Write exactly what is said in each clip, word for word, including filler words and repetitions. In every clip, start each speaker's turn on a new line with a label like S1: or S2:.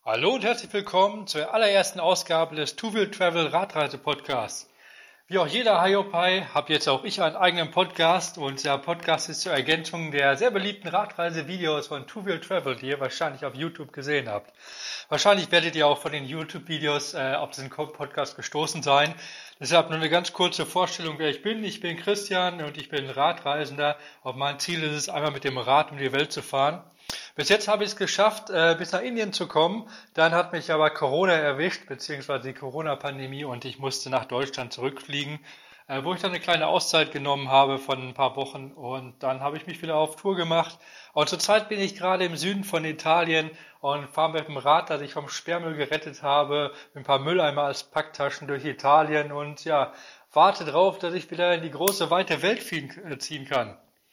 S1: Hallo und herzlich willkommen zur allerersten Ausgabe des Two Wheel Travel Radreise Podcasts. Wie auch jeder Hiopai habe jetzt auch ich einen eigenen Podcast und der Podcast ist zur Ergänzung der sehr beliebten Radreise-Videos von Two Wheel Travel, die ihr wahrscheinlich auf YouTube gesehen habt. Wahrscheinlich werdet ihr auch von den YouTube-Videos äh, auf diesen Podcast gestoßen sein. Deshalb nur eine ganz kurze Vorstellung, wer ich bin. Ich bin Christian und ich bin Radreisender. Auf mein Ziel ist es, einmal mit dem Rad um die Welt zu fahren. Bis jetzt habe ich es geschafft, äh, bis nach Indien zu kommen. Dann hat mich aber Corona erwischt, beziehungsweise die Corona-Pandemie, und ich musste nach Deutschland zurückfliegen, äh, wo ich dann eine kleine Auszeit genommen habe von ein paar Wochen. Und dann habe ich mich wieder auf Tour gemacht. Und zurzeit bin ich gerade im Süden von Italien und fahre mit dem Rad, das ich vom Sperrmüll gerettet habe, mit ein paar Mülleimer als Packtaschen durch Italien und ja, warte drauf, dass ich wieder in die große, weite Welt ziehen kann.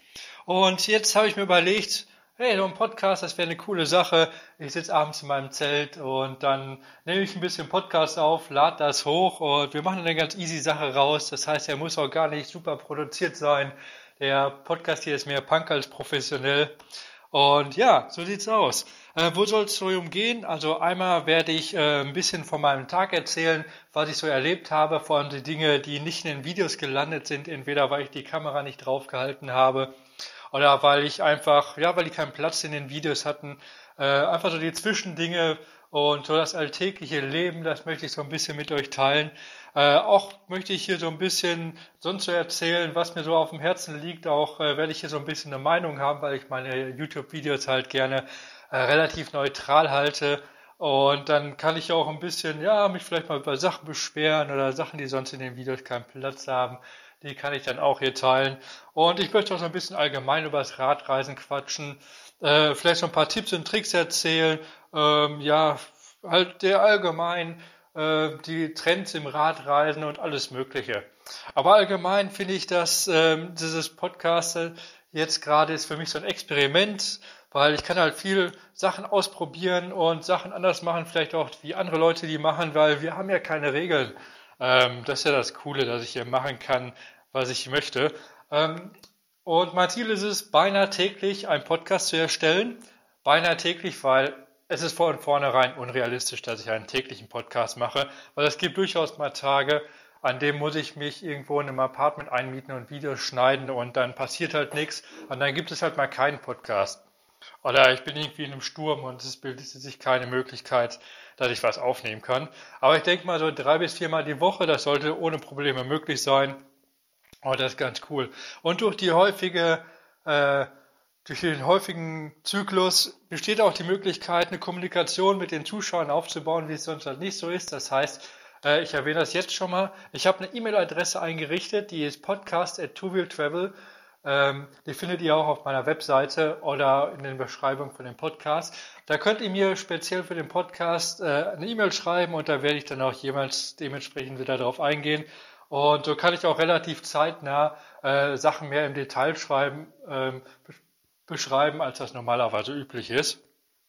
S1: Und jetzt habe ich mir überlegt, hey, so ein Podcast, das wäre eine coole Sache. Ich sitze abends in meinem Zelt und dann nehme ich ein bisschen Podcast auf, lade das hoch und wir machen eine ganz easy Sache raus. Das heißt, er muss auch gar nicht super produziert sein. Der Podcast hier ist mehr Punk als professionell. Und ja, so sieht's aus. Äh, wo soll es so umgehen? Also einmal werde ich äh, ein bisschen von meinem Tag erzählen, was ich so erlebt habe, vor allem die Dinge, die nicht in den Videos gelandet sind, entweder weil ich die Kamera nicht draufgehalten habe oder weil ich einfach, ja, weil die keinen Platz in den Videos hatten. Äh, einfach so die Zwischendinge und so das alltägliche Leben, das möchte ich so ein bisschen mit euch teilen. Äh, auch möchte ich hier so ein bisschen sonst so erzählen, was mir so auf dem Herzen liegt. Auch äh, werde ich hier so ein bisschen eine Meinung haben, weil ich meine YouTube-Videos halt gerne äh, relativ neutral halte. Und dann kann ich auch ein bisschen, ja, mich vielleicht mal über Sachen beschweren oder Sachen, die sonst in den Videos keinen Platz haben. Die kann ich dann auch hier teilen. Und ich möchte auch so ein bisschen allgemein über das Radreisen quatschen. Äh, vielleicht so ein paar Tipps und Tricks erzählen. Ähm, ja, halt der allgemein äh, die Trends im Radreisen und alles Mögliche. Aber allgemein finde ich, dass ähm, dieses Podcast jetzt gerade ist für mich so ein Experiment, weil ich kann halt viel Sachen ausprobieren und Sachen anders machen, vielleicht auch wie andere Leute die machen, weil wir haben ja keine Regeln. Ähm, das ist ja das Coole, dass ich hier machen kann, was ich möchte. Ähm, und mein Ziel ist es, beinahe täglich einen Podcast zu erstellen. Beinahe täglich, weil es ist von vornherein unrealistisch, dass ich einen täglichen Podcast mache, weil es gibt durchaus mal Tage, an dem muss ich mich irgendwo in einem Apartment einmieten und Videos schneiden und dann passiert halt nichts und dann gibt es halt mal keinen Podcast. Oder ich bin irgendwie in einem Sturm und es bildet sich keine Möglichkeit, dass ich was aufnehmen kann. Aber ich denke mal so drei bis viermal die Woche, das sollte ohne Probleme möglich sein. Und das ist ganz cool. Und durch die häufige, äh, durch den häufigen Zyklus besteht auch die Möglichkeit, eine Kommunikation mit den Zuschauern aufzubauen, wie es sonst halt nicht so ist. Das heißt, äh, ich erwähne das jetzt schon mal. Ich habe eine E-Mail-Adresse eingerichtet, die ist podcast at two wheel travel. Ähm, die findet ihr auch auf meiner Webseite oder in den Beschreibungen von dem Podcast. Da könnt ihr mir speziell für den Podcast äh, eine E-Mail schreiben und da werde ich dann auch jemals dementsprechend wieder darauf eingehen. Und so kann ich auch relativ zeitnah äh, Sachen mehr im Detail schreiben, ähm, beschreiben, als das normalerweise üblich ist.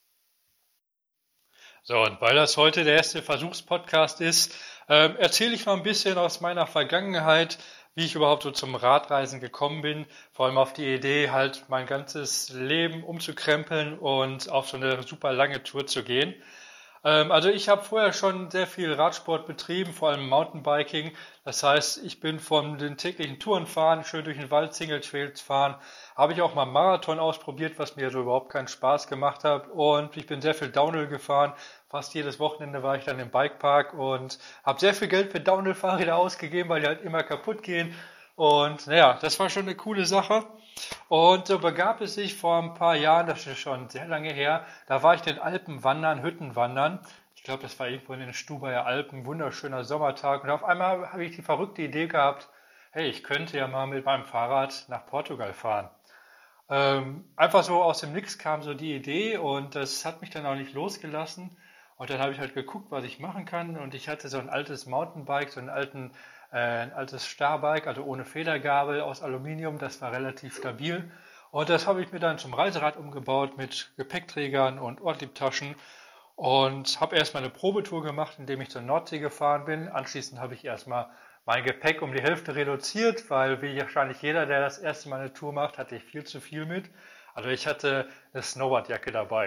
S1: So, und weil das heute der erste Versuchspodcast ist, ähm, erzähle ich mal ein bisschen aus meiner Vergangenheit, wie ich überhaupt so zum Radreisen gekommen bin. Vor allem auf die Idee, halt mein ganzes Leben umzukrempeln und auf so eine super lange Tour zu gehen. Ähm, also ich habe vorher schon sehr viel Radsport betrieben, vor allem Mountainbiking. Das heißt, ich bin von den täglichen Touren fahren, schön durch den Wald, Single Trails fahren. Habe ich auch mal Marathon ausprobiert, was mir so überhaupt keinen Spaß gemacht hat. Und ich bin sehr viel Downhill gefahren. Fast jedes Wochenende war ich dann im Bikepark und habe sehr viel Geld für Downhill-Fahrräder ausgegeben, weil die halt immer kaputt gehen. Und naja, das war schon eine coole Sache. Und so begab es sich vor ein paar Jahren, das ist schon sehr lange her, da war ich in den Alpen wandern, Hütten wandern. Ich glaube, das war irgendwo in den Stubaier Alpen, wunderschöner Sommertag. Und auf einmal habe ich die verrückte Idee gehabt, hey, ich könnte ja mal mit meinem Fahrrad nach Portugal fahren. Ähm, einfach so aus dem Nix kam so die Idee und das hat mich dann auch nicht losgelassen. Und dann habe ich halt geguckt, was ich machen kann. Und ich hatte so ein altes Mountainbike, so einen alten, äh, ein altes Starbike, also ohne Federgabel aus Aluminium. Das war relativ stabil. Und das habe ich mir dann zum Reiserad umgebaut mit Gepäckträgern und Ortliebtaschen. Und habe erstmal eine Probetour gemacht, indem ich zur Nordsee gefahren bin. Anschließend habe ich erstmal mein Gepäck um die Hälfte reduziert, weil wie wahrscheinlich jeder, der das erste Mal eine Tour macht, hatte ich viel zu viel mit. Also ich hatte eine Snowboardjacke dabei.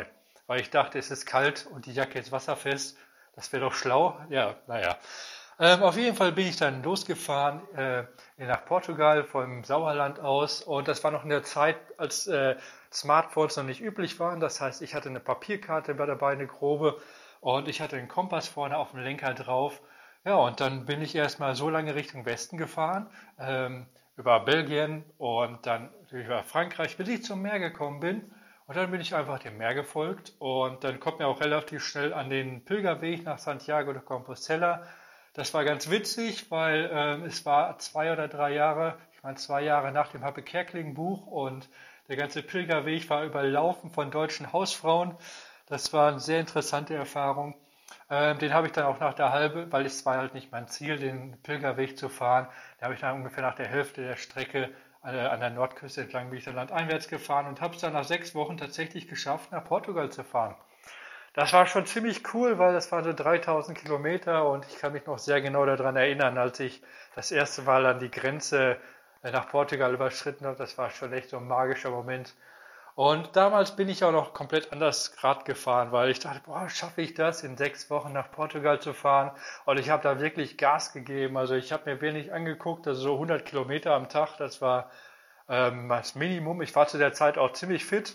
S1: weil ich dachte, es ist kalt und die Jacke ist wasserfest. Das wäre doch schlau. Ja, naja. Ähm, auf jeden Fall bin ich dann losgefahren äh, nach Portugal vom Sauerland aus und das war noch in der Zeit, als äh, Smartphones noch nicht üblich waren. Das heißt, ich hatte eine Papierkarte dabei, eine grobe, und ich hatte einen Kompass vorne auf dem Lenker drauf. Ja, und dann bin ich erstmal so lange Richtung Westen gefahren, ähm, über Belgien und dann über Frankreich, bis ich zum Meer gekommen bin. Und dann bin ich einfach dem Meer gefolgt und dann kommt mir auch relativ schnell an den Pilgerweg nach Santiago de Compostela. Das war ganz witzig, weil ähm, es war zwei oder drei Jahre, ich meine zwei Jahre nach dem Happe Kerkeling Buch, und der ganze Pilgerweg war überlaufen von deutschen Hausfrauen. Das war eine sehr interessante Erfahrung. Ähm, den habe ich dann auch nach der halbe, weil es war halt nicht mein Ziel, den Pilgerweg zu fahren. Den habe ich dann ungefähr nach der Hälfte der Strecke äh, an der Nordküste entlang bin ich dann landeinwärts gefahren und habe es dann nach sechs Wochen tatsächlich geschafft, nach Portugal zu fahren. Das war schon ziemlich cool, weil das waren so dreitausend Kilometer und ich kann mich noch sehr genau daran erinnern, als ich das erste Mal an die Grenze nach Portugal überschritten habe. Das war schon echt so ein magischer Moment. Und damals bin ich auch noch komplett anders Rad gefahren, weil ich dachte, boah, schaffe ich das, in sechs Wochen nach Portugal zu fahren? Und ich habe da wirklich Gas gegeben. Also ich habe mir wenig angeguckt, also so hundert Kilometer am Tag, das war ähm, das Minimum. Ich war zu der Zeit auch ziemlich fit.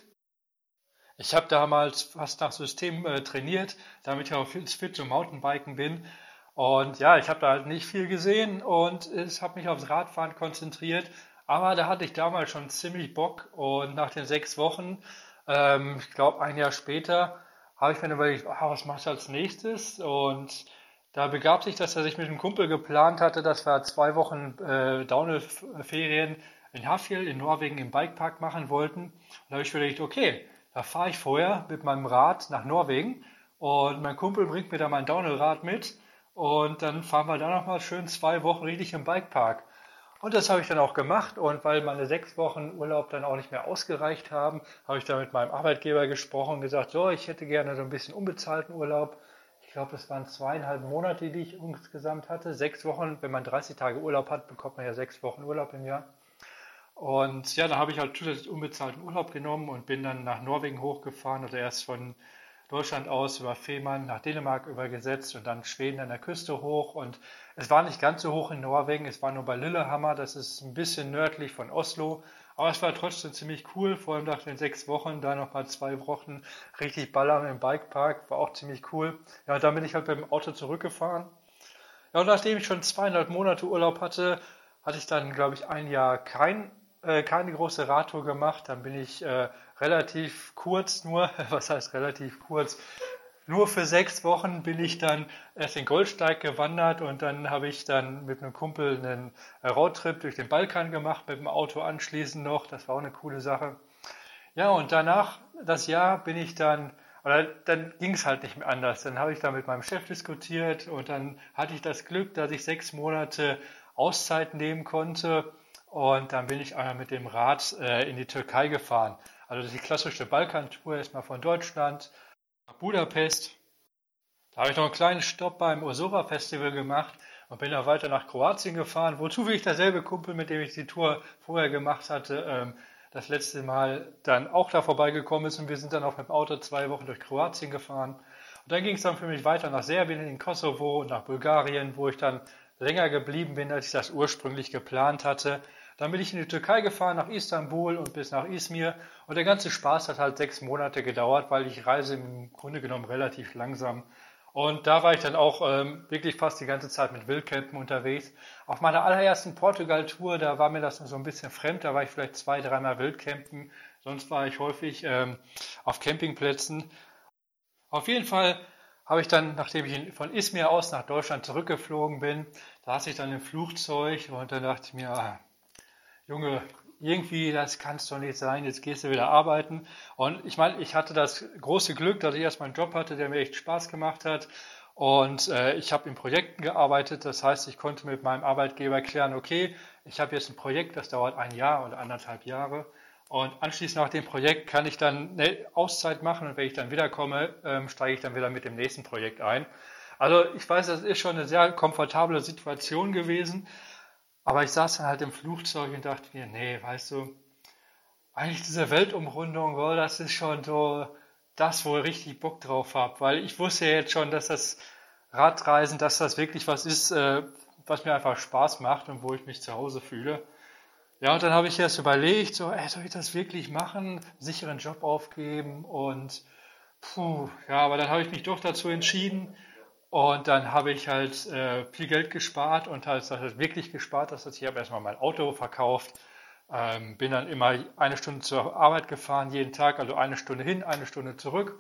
S1: Ich habe damals fast nach System äh, trainiert, damit ich auch fit, fit zum Mountainbiken bin. Und ja, ich habe da halt nicht viel gesehen und ich habe mich aufs Radfahren konzentriert. Aber da hatte ich damals schon ziemlich Bock und nach den sechs Wochen, ähm, ich glaube ein Jahr später, habe ich mir dann überlegt, oh, was machst du als nächstes? Und da begab sich, dass er sich mit einem Kumpel geplant hatte, dass wir zwei Wochen äh, Downhill-Ferien in Hafjell in Norwegen im Bikepark machen wollten. Und da habe ich überlegt, okay, da fahre ich vorher mit meinem Rad nach Norwegen und mein Kumpel bringt mir da mein Downhill-Rad mit und dann fahren wir da nochmal schön zwei Wochen richtig im Bikepark. Und das habe ich dann auch gemacht, und weil meine sechs Wochen Urlaub dann auch nicht mehr ausgereicht haben, habe ich da mit meinem Arbeitgeber gesprochen und gesagt, so, ich hätte gerne so ein bisschen unbezahlten Urlaub. Ich glaube, das waren zweieinhalb Monate, die ich insgesamt hatte. Sechs Wochen, wenn man dreißig Tage Urlaub hat, bekommt man ja sechs Wochen Urlaub im Jahr. Und ja, da habe ich halt zusätzlich unbezahlten Urlaub genommen und bin dann nach Norwegen hochgefahren, also erst von Deutschland aus über Fehmarn nach Dänemark übergesetzt und dann Schweden an der Küste hoch. Und es war nicht ganz so hoch in Norwegen, es war nur bei Lillehammer, das ist ein bisschen nördlich von Oslo. Aber es war trotzdem ziemlich cool, vor allem nach den sechs Wochen, da nochmal zwei Wochen richtig ballern im Bikepark, war auch ziemlich cool. Ja, und dann bin ich halt mit dem Auto zurückgefahren. Ja, und nachdem ich schon zweieinhalb Monate Urlaub hatte, hatte ich dann, glaube ich, ein Jahr kein, äh, keine große Radtour gemacht. Dann bin ich äh, relativ kurz nur, was heißt relativ kurz, nur für sechs Wochen bin ich dann erst den Goldsteig gewandert und dann habe ich dann mit einem Kumpel einen Roadtrip durch den Balkan gemacht, mit dem Auto anschließend noch. Das war auch eine coole Sache. Ja, und danach, das Jahr, bin ich dann, oder dann ging es halt nicht mehr anders. Dann habe ich da mit meinem Chef diskutiert und dann hatte ich das Glück, dass ich sechs Monate Auszeit nehmen konnte. Und dann bin ich einmal mit dem Rad äh, in die Türkei gefahren. Also das ist die klassische Balkantour, erstmal von Deutschland nach Budapest. Da habe ich noch einen kleinen Stopp beim Ursova Festival gemacht und bin dann weiter nach Kroatien gefahren, wo zufällig derselbe Kumpel, mit dem ich die Tour vorher gemacht hatte, ähm, das letzte Mal dann auch da vorbeigekommen ist, und wir sind dann auch mit dem Auto zwei Wochen durch Kroatien gefahren. Und dann ging es dann für mich weiter nach Serbien, in den Kosovo und nach Bulgarien, wo ich dann länger geblieben bin, als ich das ursprünglich geplant hatte. Dann bin ich in die Türkei gefahren, nach Istanbul und bis nach Izmir. Und der ganze Spaß hat halt sechs Monate gedauert, weil ich reise im Grunde genommen relativ langsam. Und da war ich dann auch ähm, wirklich fast die ganze Zeit mit Wildcampen unterwegs. Auf meiner allerersten Portugal-Tour, da war mir das so ein bisschen fremd. Da war ich vielleicht zwei, dreimal Wildcampen. Sonst war ich häufig ähm, auf Campingplätzen. Auf jeden Fall habe ich dann, nachdem ich von Izmir aus nach Deutschland zurückgeflogen bin, da saß ich dann im Flugzeug und dann dachte ich mir, ah, Junge, irgendwie, das kann es doch nicht sein, jetzt gehst du wieder arbeiten. Und ich meine, ich hatte das große Glück, dass ich erst einen Job hatte, der mir echt Spaß gemacht hat. Und äh, ich habe in Projekten gearbeitet, das heißt, ich konnte mit meinem Arbeitgeber klären, okay, ich habe jetzt ein Projekt, das dauert ein Jahr oder anderthalb Jahre. Und anschließend nach dem Projekt kann ich dann eine Auszeit machen, und wenn ich dann wiederkomme, ähm, steige ich dann wieder mit dem nächsten Projekt ein. Also ich weiß, das ist schon eine sehr komfortable Situation gewesen. Aber ich saß dann halt im Flugzeug und dachte mir, nee, weißt du, eigentlich diese Weltumrundung, oh, das ist schon so, das, wo ich richtig Bock drauf habe, weil ich wusste ja jetzt schon, dass das Radreisen, dass das wirklich was ist, äh, was mir einfach Spaß macht und wo ich mich zu Hause fühle. Ja, und dann habe ich erst überlegt, so, ey, soll ich das wirklich machen, sicheren Job aufgeben und puh, ja, aber dann habe ich mich doch dazu entschieden und dann habe ich halt äh, viel Geld gespart und halt, das heißt wirklich gespart, das heißt, ich habe erstmal mein Auto verkauft, ähm, bin dann immer eine Stunde zur Arbeit gefahren, jeden Tag, also eine Stunde hin, eine Stunde zurück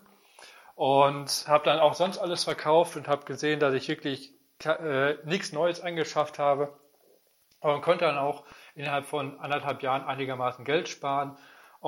S1: und habe dann auch sonst alles verkauft und habe gesehen, dass ich wirklich äh, nichts Neues angeschafft habe und konnte dann auch innerhalb von anderthalb Jahren einigermaßen Geld sparen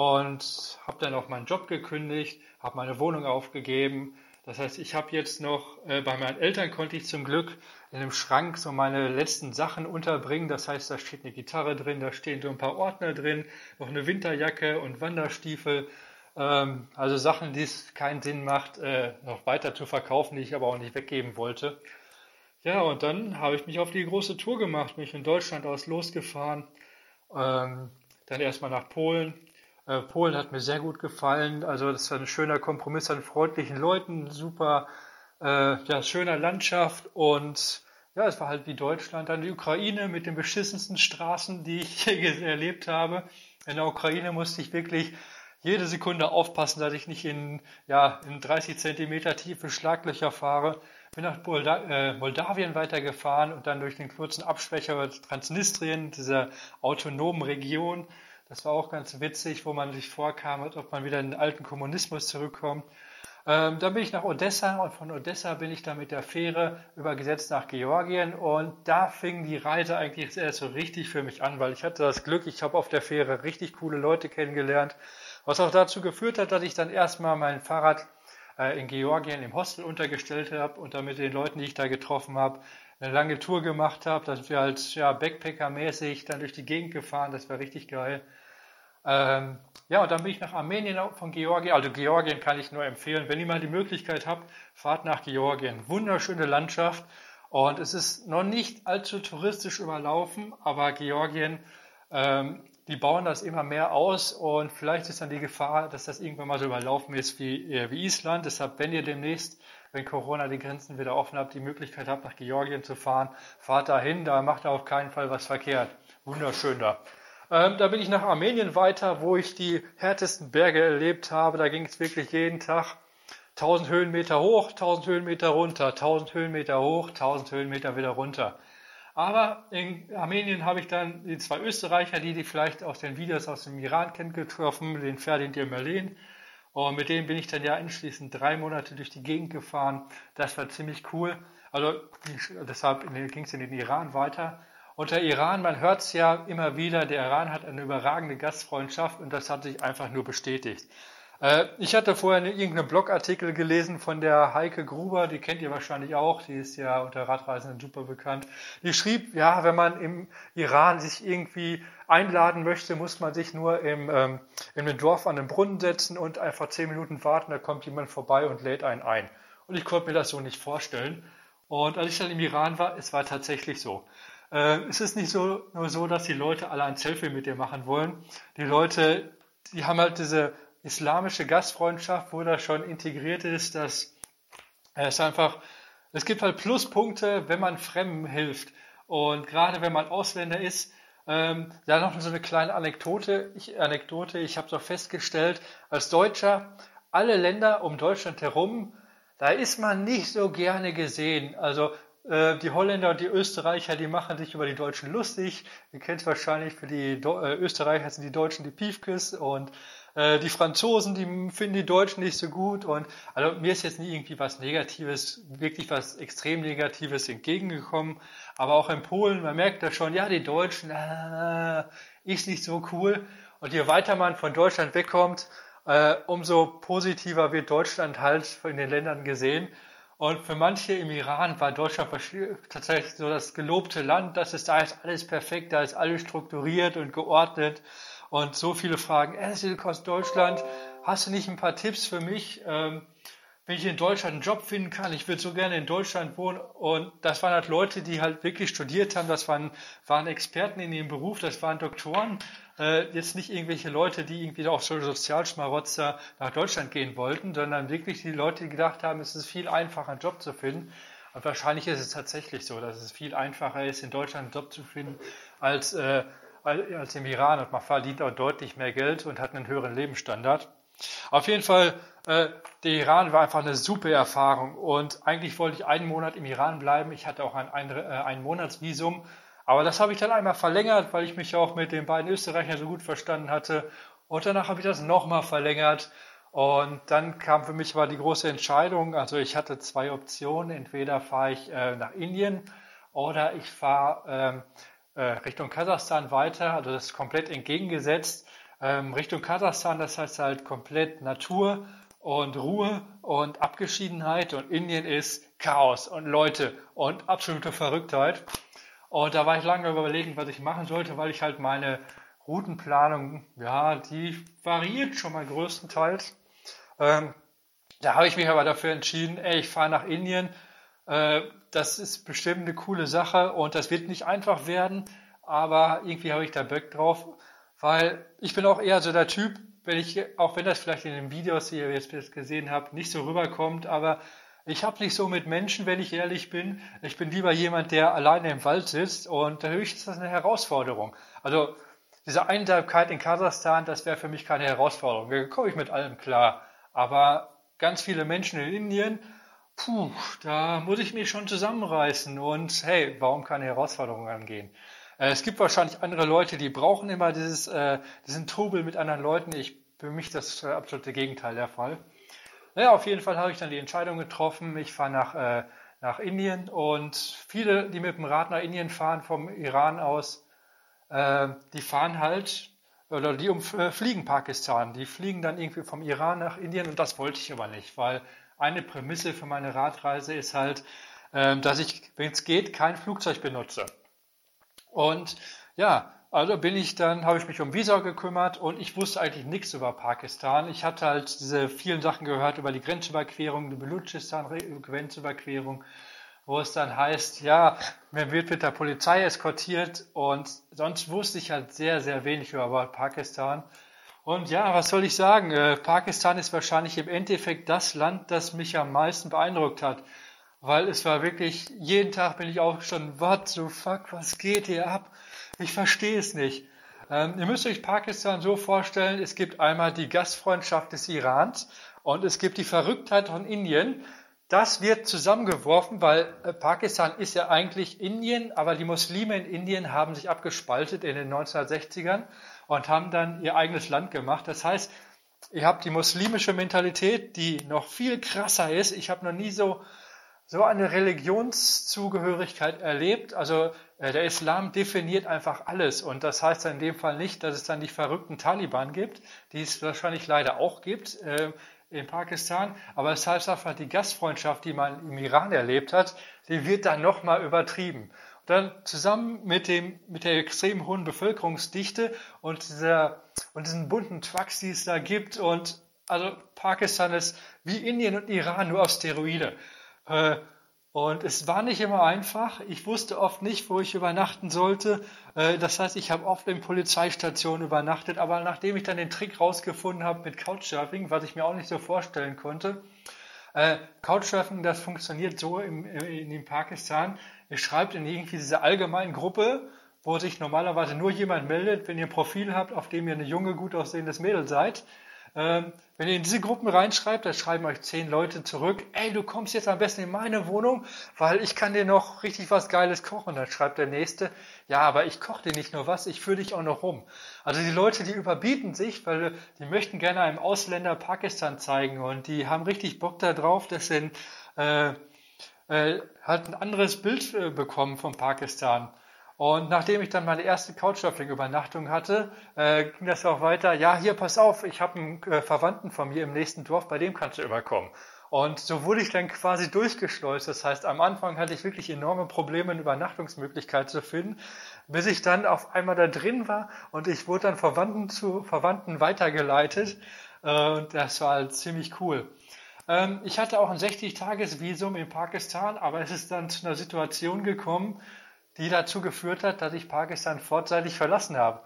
S1: und habe dann auch meinen Job gekündigt, habe meine Wohnung aufgegeben. Das heißt, ich habe jetzt noch, äh, bei meinen Eltern konnte ich zum Glück in einem Schrank so meine letzten Sachen unterbringen. Das heißt, da steht eine Gitarre drin, da stehen so ein paar Ordner drin, noch eine Winterjacke und Wanderstiefel. Ähm, also Sachen, die es keinen Sinn macht, äh, noch weiter zu verkaufen, die ich aber auch nicht weggeben wollte. Ja, und dann habe ich mich auf die große Tour gemacht, bin ich von Deutschland aus losgefahren, ähm, dann erstmal nach Polen. Äh, Polen hat mir sehr gut gefallen, also das war ein schöner Kompromiss an freundlichen Leuten, super, äh, ja, schöner Landschaft und ja, es war halt wie Deutschland. Dann die Ukraine mit den beschissensten Straßen, die ich je erlebt habe. In der Ukraine musste ich wirklich jede Sekunde aufpassen, dass ich nicht in, ja, in dreißig Zentimeter tiefe Schlaglöcher fahre. Bin nach Molda äh, Moldawien weitergefahren und dann durch den kurzen Abschwecher über Transnistrien, dieser autonomen Region. Das war auch ganz witzig, wo man sich vorkam, als ob man wieder in den alten Kommunismus zurückkommt. Ähm, dann bin ich nach Odessa und von Odessa bin ich dann mit der Fähre übergesetzt nach Georgien und da fing die Reise eigentlich erst so richtig für mich an, weil ich hatte das Glück, ich habe auf der Fähre richtig coole Leute kennengelernt, was auch dazu geführt hat, dass ich dann erstmal mein Fahrrad äh, in Georgien im Hostel untergestellt habe und dann mit den Leuten, die ich da getroffen habe, eine lange Tour gemacht habe. Da sind wir halt ja, Backpacker-mäßig dann durch die Gegend gefahren, das war richtig geil. Ähm, ja, und dann bin ich nach Armenien von Georgien. Also Georgien kann ich nur empfehlen. Wenn ihr mal die Möglichkeit habt, fahrt nach Georgien. Wunderschöne Landschaft und es ist noch nicht allzu touristisch überlaufen, aber Georgien, ähm, die bauen das immer mehr aus und vielleicht ist dann die Gefahr, dass das irgendwann mal so überlaufen ist wie, äh, wie Island. Deshalb, wenn ihr demnächst, wenn Corona die Grenzen wieder offen habt, die Möglichkeit habt, nach Georgien zu fahren, fahrt dahin, da macht ihr auf keinen Fall was verkehrt. Wunderschön da. Ähm, da bin ich nach Armenien weiter, wo ich die härtesten Berge erlebt habe. Da ging es wirklich jeden Tag tausend Höhenmeter hoch, tausend Höhenmeter runter, tausend Höhenmeter hoch, tausend Höhenmeter wieder runter. Aber in Armenien habe ich dann die zwei Österreicher, die die vielleicht aus den Videos aus dem Iran kennt, getroffen, den Ferdinand Irmelin. Und mit denen bin ich dann ja anschließend drei Monate durch die Gegend gefahren. Das war ziemlich cool. Also deshalb ging es in den Iran weiter. Und der Iran, man hört es ja immer wieder, der Iran hat eine überragende Gastfreundschaft und das hat sich einfach nur bestätigt. Äh, ich hatte vorher irgendeinen Blogartikel gelesen von der Heike Gruber, die kennt ihr wahrscheinlich auch, die ist ja unter Radreisenden super bekannt. Die schrieb, ja, wenn man im Iran sich irgendwie einladen möchte, muss man sich nur im, ähm, in einem Dorf an den Brunnen setzen und einfach zehn Minuten warten, da kommt jemand vorbei und lädt einen ein. Und ich konnte mir das so nicht vorstellen. Und als ich dann im Iran war, es war tatsächlich so. Äh, es ist nicht so, nur so, dass die Leute alle ein Selfie mit dir machen wollen. Die Leute, die haben halt diese islamische Gastfreundschaft, wo das schon integriert ist, dass es einfach, es gibt halt Pluspunkte, wenn man Fremden hilft. Und gerade wenn man Ausländer ist, ähm, ja, noch so eine kleine Anekdote. Ich, Anekdote, ich habe so festgestellt, als Deutscher, alle Länder um Deutschland herum, da ist man nicht so gerne gesehen. Also die Holländer und die Österreicher, die machen sich über die Deutschen lustig. Ihr kennt es wahrscheinlich, für die Do- äh, Österreicher sind die Deutschen die Piefkes und äh, die Franzosen, die finden die Deutschen nicht so gut. Und also mir ist jetzt nie irgendwie was Negatives, wirklich was extrem Negatives entgegengekommen. Aber auch in Polen, man merkt da schon, ja, die Deutschen, äh, ist nicht so cool. Und je weiter man von Deutschland wegkommt, äh, umso positiver wird Deutschland halt in den Ländern gesehen. Und für manche im Iran war Deutschland tatsächlich so das gelobte Land, das ist, da ist alles perfekt, da ist alles strukturiert und geordnet und so viele fragen, äh, du kommst Deutschland, hast du nicht ein paar Tipps für mich, ähm, wenn ich in Deutschland einen Job finden kann, ich würde so gerne in Deutschland wohnen und das waren halt Leute, die halt wirklich studiert haben, das waren, waren Experten in ihrem Beruf, das waren Doktoren, Äh, jetzt nicht irgendwelche Leute, die irgendwie auch so Sozialschmarotzer nach Deutschland gehen wollten, sondern wirklich die Leute, die gedacht haben, es ist viel einfacher, einen Job zu finden. Und wahrscheinlich ist es tatsächlich so, dass es viel einfacher ist, in Deutschland einen Job zu finden, als, äh, als im Iran. Und man verdient auch deutlich mehr Geld und hat einen höheren Lebensstandard. Auf jeden Fall, äh, der Iran war einfach eine super Erfahrung. Und eigentlich wollte ich einen Monat im Iran bleiben. Ich hatte auch ein, ein, äh, ein Monatsvisum. Aber das habe ich dann einmal verlängert, weil ich mich auch mit den beiden Österreichern so gut verstanden hatte. Und danach habe ich das nochmal verlängert. Und dann kam für mich aber die große Entscheidung. Also ich hatte zwei Optionen. Entweder fahre ich äh, nach Indien oder ich fahre ähm, äh, Richtung Kasachstan weiter. Also das ist komplett entgegengesetzt. Ähm, Richtung Kasachstan, das heißt halt komplett Natur und Ruhe und Abgeschiedenheit. Und Indien ist Chaos und Leute und absolute Verrücktheit. Und da war ich lange überlegen, was ich machen sollte, weil ich halt meine Routenplanung, ja, die variiert schon mal größtenteils. Ähm, da habe ich mich aber dafür entschieden, ey, ich fahre nach Indien. Äh, das ist bestimmt eine coole Sache und das wird nicht einfach werden, aber irgendwie habe ich da Bock drauf, weil ich bin auch eher so der Typ, wenn ich, auch wenn das vielleicht in den Videos, die ihr jetzt gesehen habt, nicht so rüberkommt, aber ich habe nicht so mit Menschen, wenn ich ehrlich bin. Ich bin lieber jemand, der alleine im Wald sitzt und natürlich ist das eine Herausforderung. Also diese Einsamkeit in Kasachstan, das wäre für mich keine Herausforderung. Da komme ich mit allem klar. Aber ganz viele Menschen in Indien, puh, da muss ich mich schon zusammenreißen. Und hey, warum keine Herausforderung angehen? Äh, es gibt wahrscheinlich andere Leute, die brauchen immer dieses, äh, diesen Trubel mit anderen Leuten. Ich, für mich das äh, absolute Gegenteil der Fall. Naja, auf jeden Fall habe ich dann die Entscheidung getroffen. Ich fahre nach, äh, nach Indien und viele, die mit dem Rad nach Indien fahren, vom Iran aus, äh, die fahren halt, oder die umfliegen Pakistan. Die fliegen dann irgendwie vom Iran nach Indien und das wollte ich aber nicht, weil eine Prämisse für meine Radreise ist halt, äh, dass ich, wenn es geht, kein Flugzeug benutze. Und ja, also bin ich dann, habe ich mich um Visa gekümmert und ich wusste eigentlich nichts über Pakistan. Ich hatte halt diese vielen Sachen gehört über die Grenzüberquerung, die Belutschistan-Grenzüberquerung, wo es dann heißt, ja, man wird mit der Polizei eskortiert und sonst wusste ich halt sehr, sehr wenig über Pakistan. Und ja, was soll ich sagen? Äh, Pakistan ist wahrscheinlich im Endeffekt das Land, das mich am meisten beeindruckt hat. Weil es war wirklich, jeden Tag bin ich aufgestanden, what the fuck, was geht hier ab? Ich verstehe es nicht. Ähm, ihr müsst euch Pakistan so vorstellen, es gibt einmal die Gastfreundschaft des Irans und es gibt die Verrücktheit von Indien. Das wird zusammengeworfen, weil äh, Pakistan ist ja eigentlich Indien, aber die Muslime in Indien haben sich abgespaltet in den neunzehnhundertsechzigern und haben dann ihr eigenes Land gemacht. Das heißt, ihr habt die muslimische Mentalität, die noch viel krasser ist. Ich habe noch nie so so eine Religionszugehörigkeit erlebt. Also äh, der Islam definiert einfach alles und das heißt in dem Fall nicht, dass es dann die verrückten Taliban gibt, die es wahrscheinlich leider auch gibt äh, in Pakistan, aber es heißt einfach, die Gastfreundschaft, die man im Iran erlebt hat, die wird dann nochmal übertrieben. Und dann zusammen mit dem mit der extrem hohen Bevölkerungsdichte und dieser und diesen bunten Trucks, die es da gibt und also Pakistan ist wie Indien und Iran nur auf Steroide. Und es war nicht immer einfach. Ich wusste oft nicht, wo ich übernachten sollte. Das heißt, ich habe oft in Polizeistationen übernachtet. Aber nachdem ich dann den Trick rausgefunden habe mit Couchsurfing, was ich mir auch nicht so vorstellen konnte, Couchsurfing, das funktioniert so in, in, in Pakistan. Ihr schreibt in irgendwie diese allgemeinen Gruppe, wo sich normalerweise nur jemand meldet, wenn ihr ein Profil habt, auf dem ihr eine junge, gut aussehendes Mädel seid. Ähm, wenn ihr in diese Gruppen reinschreibt, dann schreiben euch zehn Leute zurück, ey, du kommst jetzt am besten in meine Wohnung, weil ich kann dir noch richtig was Geiles kochen. Dann schreibt der Nächste, ja, aber ich koche dir nicht nur was, ich führe dich auch noch rum. Also die Leute, die überbieten sich, weil die möchten gerne einem Ausländer Pakistan zeigen und die haben richtig Bock darauf, dass sie äh, äh, halt ein anderes Bild äh, bekommen von Pakistan. Und nachdem ich dann meine erste Couchsurfing-Übernachtung hatte, äh, ging das auch weiter. Ja, hier, pass auf, ich habe einen äh, Verwandten von mir im nächsten Dorf, bei dem kannst du überkommen. Und so wurde ich dann quasi durchgeschleust. Das heißt, am Anfang hatte ich wirklich enorme Probleme, eine Übernachtungsmöglichkeit zu finden, bis ich dann auf einmal da drin war und ich wurde dann Verwandten zu Verwandten weitergeleitet. Äh, und das war halt ziemlich cool. Ähm, ich hatte auch ein sechzig-Tages-Visum in Pakistan, aber es ist dann zu einer Situation gekommen, die dazu geführt hat, dass ich Pakistan vorzeitig verlassen habe.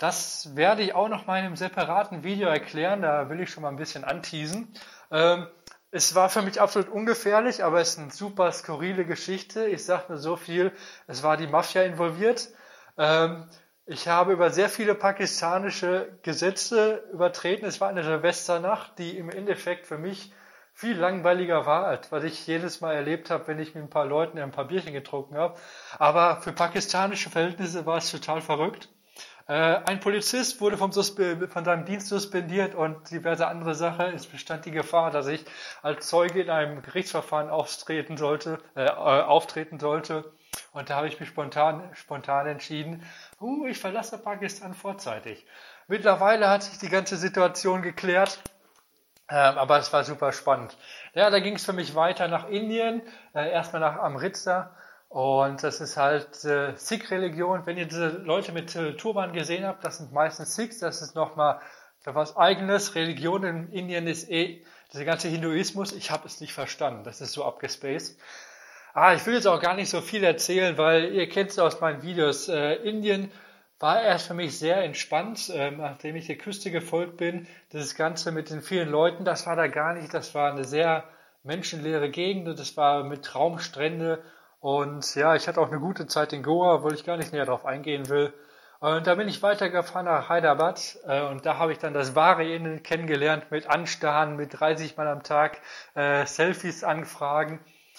S1: Das werde ich auch noch mal in einem separaten Video erklären, da will ich schon mal ein bisschen anteasen. Ähm, es war für mich absolut ungefährlich, aber es ist eine super skurrile Geschichte. Ich sage nur so viel, es war die Mafia involviert. Ähm, ich habe über sehr viele pakistanische Gesetze übertreten. Es war eine Silvesternacht, die im Endeffekt für mich viel langweiliger war, als was ich jedes Mal erlebt habe, wenn ich mit ein paar Leuten ein paar Bierchen getrunken habe. Aber für pakistanische Verhältnisse war es total verrückt. Äh, ein Polizist wurde vom Suspe- von seinem Dienst suspendiert und diverse andere Sachen. Es bestand die Gefahr, dass ich als Zeuge in einem Gerichtsverfahren auftreten sollte, äh, auftreten sollte. Und da habe ich mich spontan, spontan entschieden, uh, ich verlasse Pakistan vorzeitig. Mittlerweile hat sich die ganze Situation geklärt. Ähm, aber es war super spannend. Ja, da ging es für mich weiter nach Indien, äh, erstmal nach Amritsar. Und das ist halt äh, Sikh-Religion. Wenn ihr diese Leute mit äh, Turban gesehen habt, das sind meistens Sikhs. Das ist nochmal was Eigenes. Religion in Indien ist eh, dieser ganze Hinduismus, ich habe es nicht verstanden. Das ist so abgespaced. Ah, ich will jetzt auch gar nicht so viel erzählen, weil ihr kennt es aus meinen Videos. Äh, Indien war erst für mich sehr entspannt, ähm, nachdem ich der Küste gefolgt bin. Dieses Ganze mit den vielen Leuten, das war da gar nicht. Das war eine sehr menschenleere Gegend und das war mit Traumstrände. Und ja, ich hatte auch eine gute Zeit in Goa, obwohl ich gar nicht näher darauf eingehen will. Und da bin ich weitergefahren nach Hyderabad äh, und da habe ich dann das wahre Indien kennengelernt mit Anstarren, mit dreißig Mal am Tag äh, Selfies anfragen.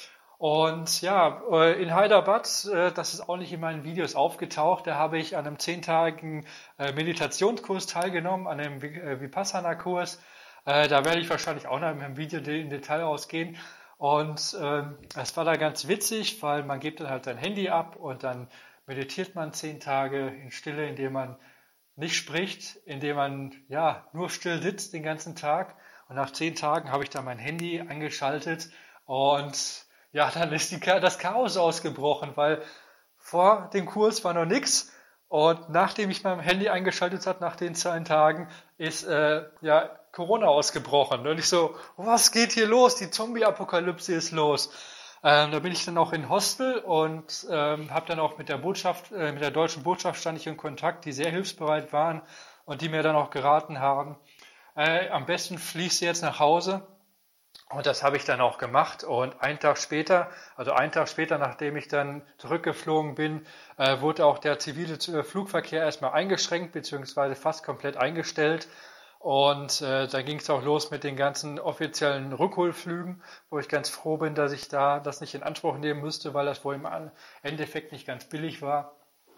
S1: Und ja, äh, in Hyderabad, äh, das ist auch nicht in meinen Videos aufgetaucht, da habe ich an einem zehntägigen äh, Meditationskurs teilgenommen, an einem Vi- äh, Vipassana-Kurs. Äh, Da werde ich wahrscheinlich auch noch in einem Video de- in Detail ausgehen. Und ähm, es war da ganz witzig, weil man gibt dann halt sein Handy ab und dann meditiert man zehn Tage in Stille, indem man nicht spricht, indem man ja nur still sitzt den ganzen Tag. Und nach zehn Tagen habe ich dann mein Handy angeschaltet und ja, dann ist die, Cha- das Chaos ausgebrochen, weil vor dem Kurs war noch nichts und nachdem ich mein Handy eingeschaltet habe, nach den zehn Tagen, ist äh, ja Corona ausgebrochen. Und ich so, was geht hier los? Die Zombie-Apokalypse ist los. Ähm, da bin ich dann auch in Hostel und ähm, habe dann auch mit der Botschaft, äh, mit der deutschen Botschaft stand ich in Kontakt, die sehr hilfsbereit waren und die mir dann auch geraten haben, äh, am besten fliegst du jetzt nach Hause. Und das habe ich dann auch gemacht. Und einen Tag später, also einen Tag später, nachdem ich dann zurückgeflogen bin, äh, wurde auch der zivile äh, Flugverkehr erstmal eingeschränkt, beziehungsweise fast komplett eingestellt. Und äh, dann ging es auch los mit den ganzen offiziellen Rückholflügen, wo ich ganz froh bin, dass ich da das nicht in Anspruch nehmen musste, weil das wohl im Endeffekt nicht ganz billig war.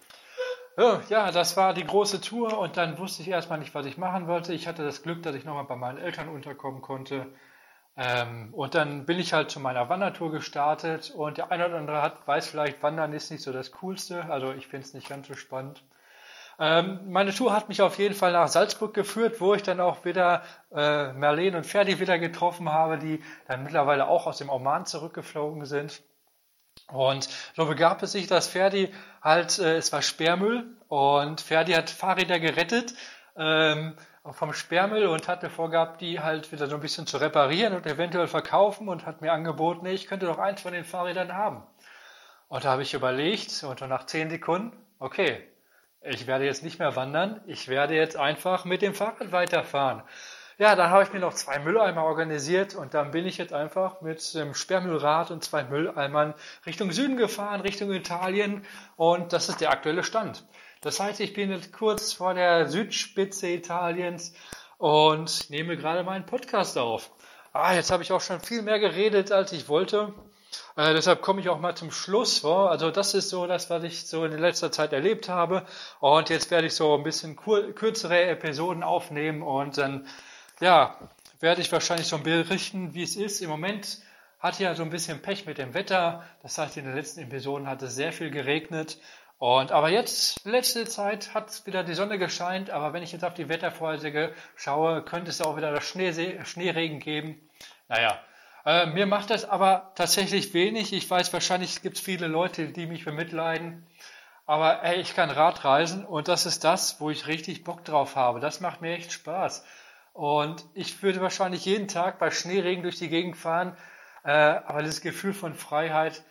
S1: Ja, ja, das war die große Tour und dann wusste ich erstmal nicht, was ich machen wollte. Ich hatte das Glück, dass ich nochmal bei meinen Eltern unterkommen konnte. Ähm, und dann bin ich halt zu meiner Wandertour gestartet und der eine oder andere hat, weiß vielleicht, Wandern ist nicht so das Coolste, also ich finde es nicht ganz so spannend. Ähm, meine Tour hat mich auf jeden Fall nach Salzburg geführt, wo ich dann auch wieder äh, Marlene und Ferdi wieder getroffen habe, die dann mittlerweile auch aus dem Oman zurückgeflogen sind. Und so begab es sich, dass Ferdi halt, äh, es war Sperrmüll und Ferdi hat Fahrräder gerettet ähm, vom Sperrmüll und hatte vorgehabt, die halt wieder so ein bisschen zu reparieren und eventuell verkaufen und hat mir angeboten, nee, ich könnte doch eins von den Fahrrädern haben. Und da habe ich überlegt und dann nach zehn Sekunden, okay, ich werde jetzt nicht mehr wandern, ich werde jetzt einfach mit dem Fahrrad weiterfahren. Ja, dann habe ich mir noch zwei Mülleimer organisiert und dann bin ich jetzt einfach mit dem Sperrmüllrad und zwei Mülleimern Richtung Süden gefahren, Richtung Italien und das ist der aktuelle Stand. Das heißt, ich bin jetzt kurz vor der Südspitze Italiens und nehme gerade meinen Podcast auf. Ah, jetzt habe ich auch schon viel mehr geredet, als ich wollte. Äh, deshalb komme ich auch mal zum Schluss. Oh. Also das ist so das, was ich so in letzter Zeit erlebt habe. Und jetzt werde ich so ein bisschen kur kürzere Episoden aufnehmen und dann ja, werde ich wahrscheinlich so berichten, wie es ist. Im Moment hatte ich ja so ein bisschen Pech mit dem Wetter. Das heißt, in den letzten Episoden hat es sehr viel geregnet. Und aber jetzt, letzte Zeit, hat wieder die Sonne gescheint. Aber wenn ich jetzt auf die Wettervorhersage schaue, könnte es auch wieder das Schnee, Schneeregen geben. Naja, äh, mir macht das aber tatsächlich wenig. Ich weiß, wahrscheinlich gibt es viele Leute, die mich bemitleiden. Aber ey, ich kann Rad reisen und das ist das, wo ich richtig Bock drauf habe. Das macht mir echt Spaß. Und ich würde wahrscheinlich jeden Tag bei Schneeregen durch die Gegend fahren. Äh, aber das Gefühl von Freiheit,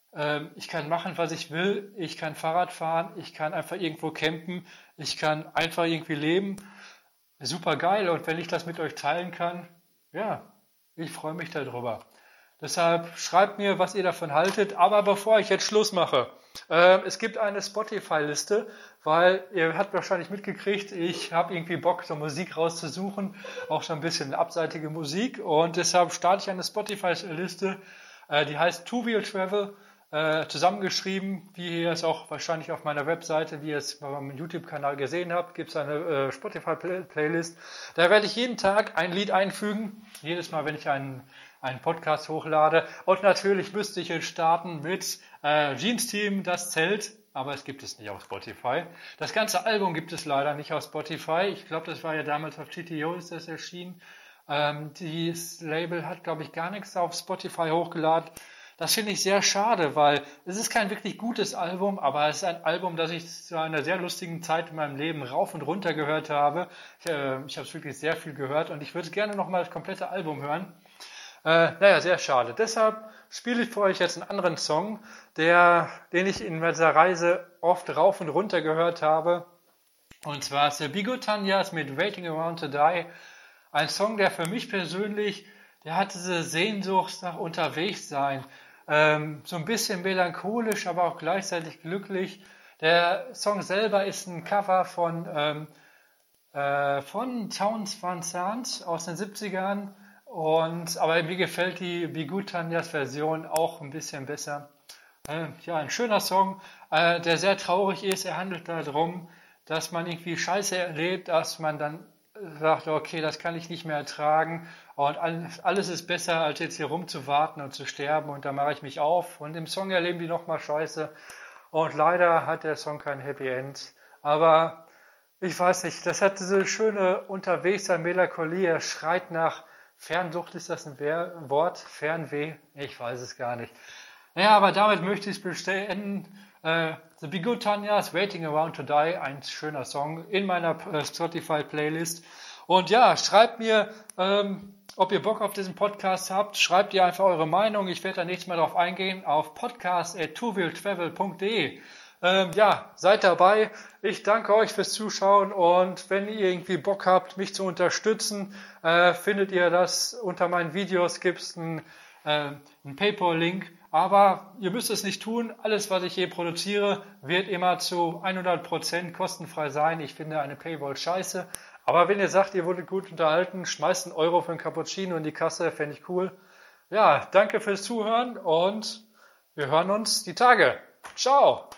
S1: Ähm, ich kann machen, was ich will. Ich kann Fahrrad fahren. Ich kann einfach irgendwo campen. Ich kann einfach irgendwie leben. Super geil. Und wenn ich das mit euch teilen kann, ja, ich freue mich darüber. Deshalb schreibt mir, was ihr davon haltet. Aber bevor ich jetzt Schluss mache, äh, es gibt eine Spotify-Liste, weil ihr habt wahrscheinlich mitgekriegt, ich habe irgendwie Bock, so Musik rauszusuchen, auch so ein bisschen abseitige Musik. Und deshalb starte ich eine Spotify-Liste, äh, die heißt Two Wheel Travel, äh, zusammengeschrieben, wie ihr es auch wahrscheinlich auf meiner Webseite, wie ihr es bei meinem YouTube-Kanal gesehen habt, gibt es eine äh, Spotify-Playlist. Da werde ich jeden Tag ein Lied einfügen, jedes Mal, wenn ich einen einen Podcast hochlade. Und natürlich müsste ich jetzt starten mit äh, Jeans Team, das Zelt, aber es gibt es nicht auf Spotify. Das ganze Album gibt es leider nicht auf Spotify. Ich glaube, das war ja damals auf G T O ist das erschienen. Ähm, dieses Label hat, glaube ich, gar nichts auf Spotify hochgeladen. Das finde ich sehr schade, weil es ist kein wirklich gutes Album, aber es ist ein Album, das ich zu einer sehr lustigen Zeit in meinem Leben rauf und runter gehört habe. Ich, äh, ich habe es wirklich sehr viel gehört und ich würde gerne nochmal das komplette Album hören. Äh, naja, sehr schade. Deshalb spiele ich für euch jetzt einen anderen Song, der, den ich in dieser Reise oft rauf und runter gehört habe. Und zwar ist der Bigotanias mit Waiting Around to Die. Ein Song, der für mich persönlich, der hat diese Sehnsucht nach Unterwegssein. Ähm, so ein bisschen melancholisch, aber auch gleichzeitig glücklich. Der Song selber ist ein Cover von, ähm, äh, von Townes Van Zandt aus den siebzigern. Und, aber mir gefällt die Bigotanias Version auch ein bisschen besser. Äh, ja, ein schöner Song, äh, der sehr traurig ist. Er handelt darum, dass man irgendwie Scheiße erlebt, dass man dann sagt, okay, das kann ich nicht mehr ertragen und alles, alles ist besser, als jetzt hier rumzuwarten und zu sterben und da mache ich mich auf. Und im Song erleben die nochmal Scheiße und leider hat der Song kein Happy End. Aber ich weiß nicht, das hat diese schöne Unterwegssein Melancholie, er schreit nach Fernsucht, ist das ein Wort? Fernweh? Ich weiß es gar nicht. Naja, aber damit möchte ich es beenden. Uh, The Bigotanias, Waiting Around to Die, ein schöner Song in meiner uh, Spotify-Playlist. Und ja, schreibt mir, ähm, ob ihr Bock auf diesen Podcast habt. Schreibt ihr einfach eure Meinung. Ich werde da nächstes Mal drauf eingehen auf podcast at two wheel travel punkt de. Ähm, ja, seid dabei. Ich danke euch fürs Zuschauen und wenn ihr irgendwie Bock habt, mich zu unterstützen, äh, findet ihr das unter meinen Videos, gibt es einen, äh, einen PayPal-Link. Aber ihr müsst es nicht tun. Alles, was ich hier produziere, wird immer zu hundert Prozent kostenfrei sein. Ich finde eine Paywall scheiße. Aber wenn ihr sagt, ihr wurdet gut unterhalten, schmeißt einen Euro für einen Cappuccino in die Kasse, fände ich cool. Ja, danke fürs Zuhören und wir hören uns die Tage. Ciao!